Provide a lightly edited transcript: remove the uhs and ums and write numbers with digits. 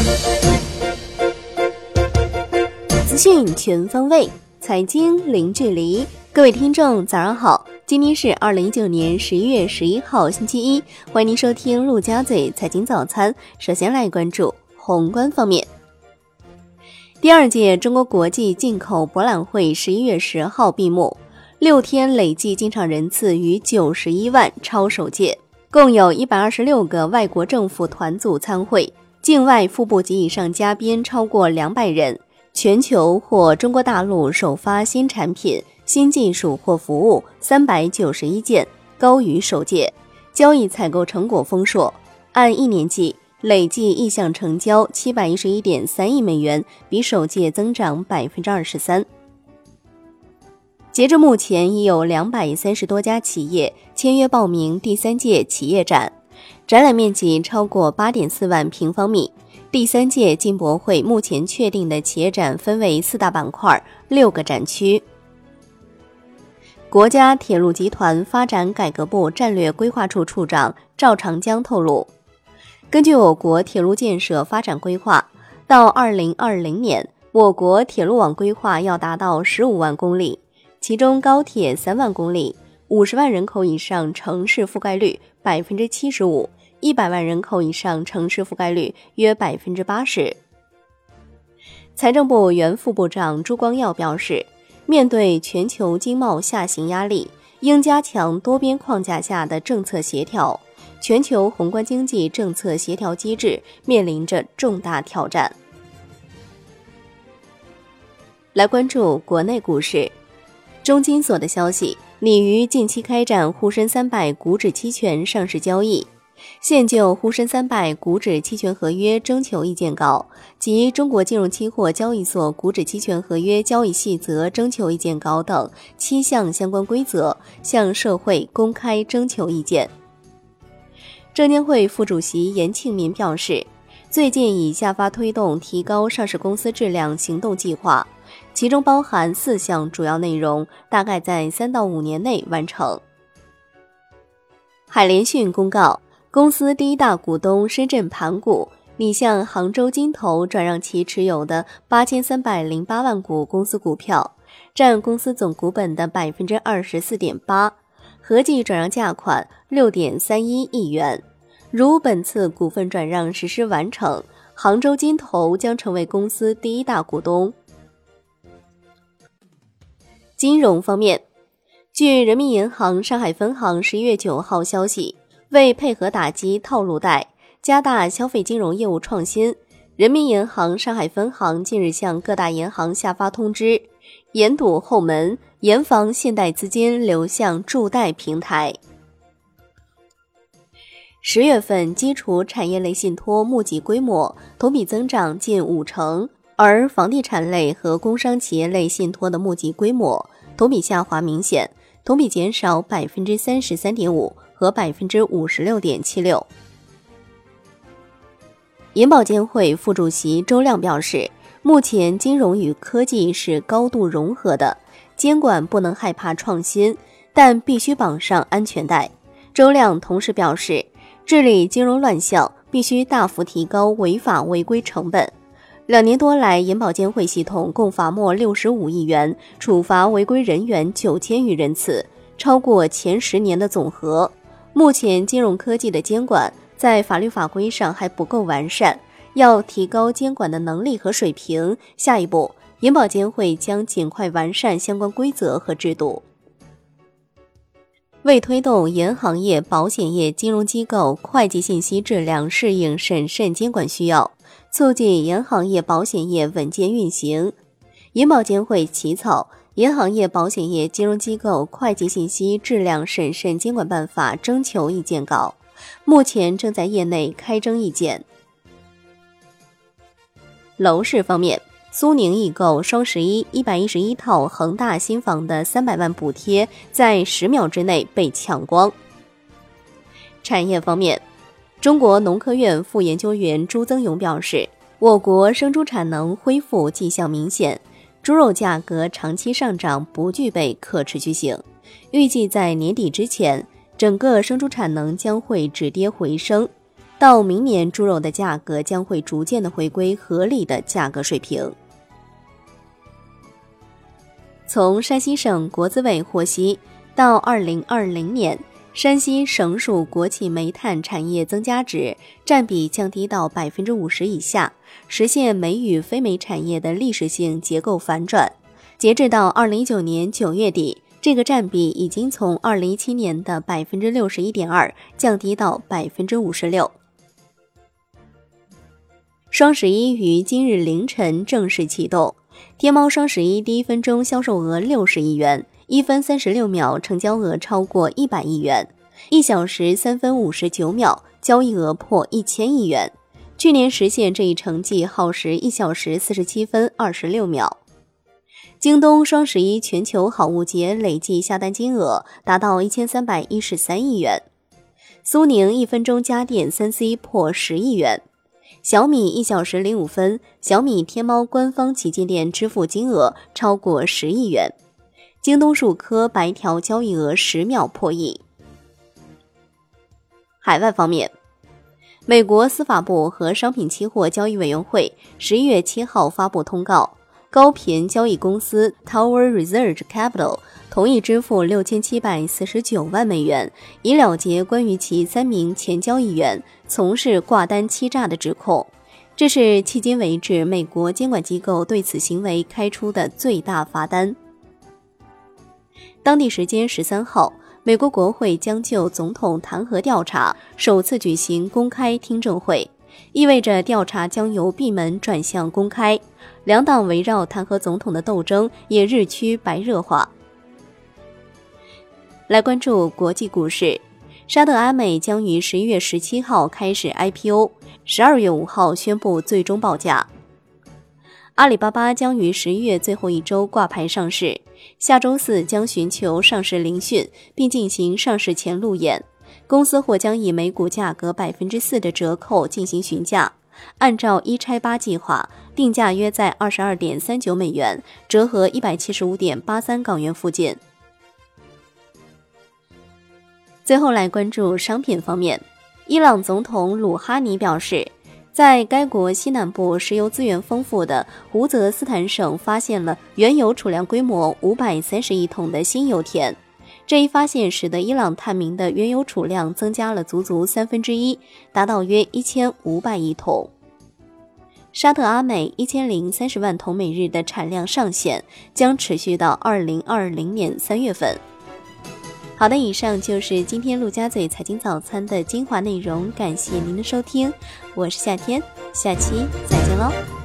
资讯全方位，财经零距离。各位听众早上好，今天是2019年11月11号星期一，欢迎您收听陆家嘴财经早餐。首先来关注宏观方面。第二届中国国际进口博览会11月10号闭幕，6天累计进场人次逾91万，超首届，共有126个外国政府团组参会，境外副部级以上嘉宾超过200人，全球或中国大陆首发新产品、新技术或服务391件，高于首届，交易采购成果丰硕，按1年计累计意向成交711.3亿美元，比首届增长23%。截至目前，已有230多家企业签约报名第3届企业展，展览面积超过 8.4 万平方米。第3届进博会目前确定的企业展分为4大板块、6个展区。国家铁路集团发展改革部战略规划处处长赵长江透露，根据我国铁路建设发展规划，到2020年，我国铁路网规划要达到15万公里，其中高铁3万公里，50万人口以上城市覆盖率 75%， 100万人口以上城市覆盖率约 80%。 财政部原副部长朱光耀表示，面对全球经贸下行压力，应加强多边框架下的政策协调，全球宏观经济政策协调机制面临着重大挑战。来关注国内股市。中金所的消息，拟于近期开展沪深300股指期权上市交易，现就沪深300股指期权合约征求意见稿及中国金融期货交易所股指期权合约交易细则征求意见稿等7项相关规则向社会公开征求意见。证监会副主席严庆民表示，最近已下发推动提高上市公司质量行动计划，其中包含4项主要内容，大概在3到5年内完成。海联讯公告，公司第一大股东深圳盘股拟向杭州金投转让其持有的8308万股公司股票，占公司总股本的 24.8%， 合计转让价款 6.31亿元。如本次股份转让实施完成，杭州金投将成为公司第一大股东。金融方面，据人民银行上海分行11月9号消息，为配合打击套路贷，加大消费金融业务创新，人民银行上海分行近日向各大银行下发通知，严堵后门，严防信贷资金流向助贷平台。10月份基础产业类信托募集规模同比增长近50%，而房地产类和工商企业类信托的募集规模同比下滑明显，同比减少 33.5% 和 56.76%。 银保监会副主席周亮表示，目前金融与科技是高度融合的，监管不能害怕创新，但必须绑上安全带。周亮同时表示，治理金融乱象必须大幅提高违法违规成本。2年多来，银保监会系统共罚没65亿元，处罚违规人员9000余人次，超过前10年的总和。目前金融科技的监管在法律法规上还不够完善，要提高监管的能力和水平。下一步，银保监会将尽快完善相关规则和制度。为推动银行业、保险业金融机构会计信息质量适应审慎监管需要，促进银行业、保险业稳健运行，银保监会起草《银行业、保险业金融机构会计信息质量审慎监管办法》征求意见稿，目前正在业内开征意见。楼市方面，苏宁易购双11 111套恒大新房的300万补贴在10秒之内被抢光。产业方面，中国农科院副研究员朱增勇表示，我国生猪产能恢复迹象明显，猪肉价格长期上涨不具备可持续性，预计在年底之前，整个生猪产能将会止跌回升。 到明年猪肉的价格将会逐渐的回归合理的价格水平。从山西省国资委获悉，到2020年，山西省属国企煤炭产业增加值占比降低到 50% 以下，实现煤与非煤产业的历史性结构反转。截至到2019年9月底，这个占比已经从2017年的 61.2% 降低到 56%。双11于今日凌晨正式启动，天猫双11第一分钟销售额60亿元，1分36秒成交额超过100亿元，1小时3分59秒交易额破1000亿元。去年实现这一成绩耗时1小时47分26秒。京东双11全球好物节累计下单金额达到1313亿元。苏宁1分钟家电 3C 破10亿元。小米1小时05分，小米天猫官方旗舰店支付金额超过10亿元。京东数科白条交易额10秒破亿。海外方面，美国司法部和商品期货交易委员会11月7号发布通告，高频交易公司 Tower Research Capital 同意支付6749万美元，以了结关于其3名前交易员从事挂单欺诈的指控。这是迄今为止美国监管机构对此行为开出的最大罚单。当地时间13号，美国国会将就总统弹劾调查首次举行公开听证会，意味着调查将由闭门转向公开。两党围绕弹劾总统的斗争也日趋白热化。来关注国际股市，沙特阿美将于11月17号开始 IPO，12月5号宣布最终报价。阿里巴巴将于11月最后一周挂牌上市，下周四将寻求上市聆讯，并进行上市前路演。公司或将以每股价格 4% 的折扣进行询价，按照1x8计划，定价约在 22.39 美元，折合 175.83 港元附近。最后来关注商品方面，伊朗总统鲁哈尼表示，在该国西南部石油资源丰富的胡泽斯坦省发现了原油储量规模530亿桶的新油田。这一发现使得伊朗探明的原油储量增加了足足1/3，达到约1500亿桶。沙特阿美1030万桶每日的产量上限将持续到2020年3月份。好的，以上就是今天陆家嘴财经早餐的精华内容，感谢您的收听，我是夏天，下期再见喽。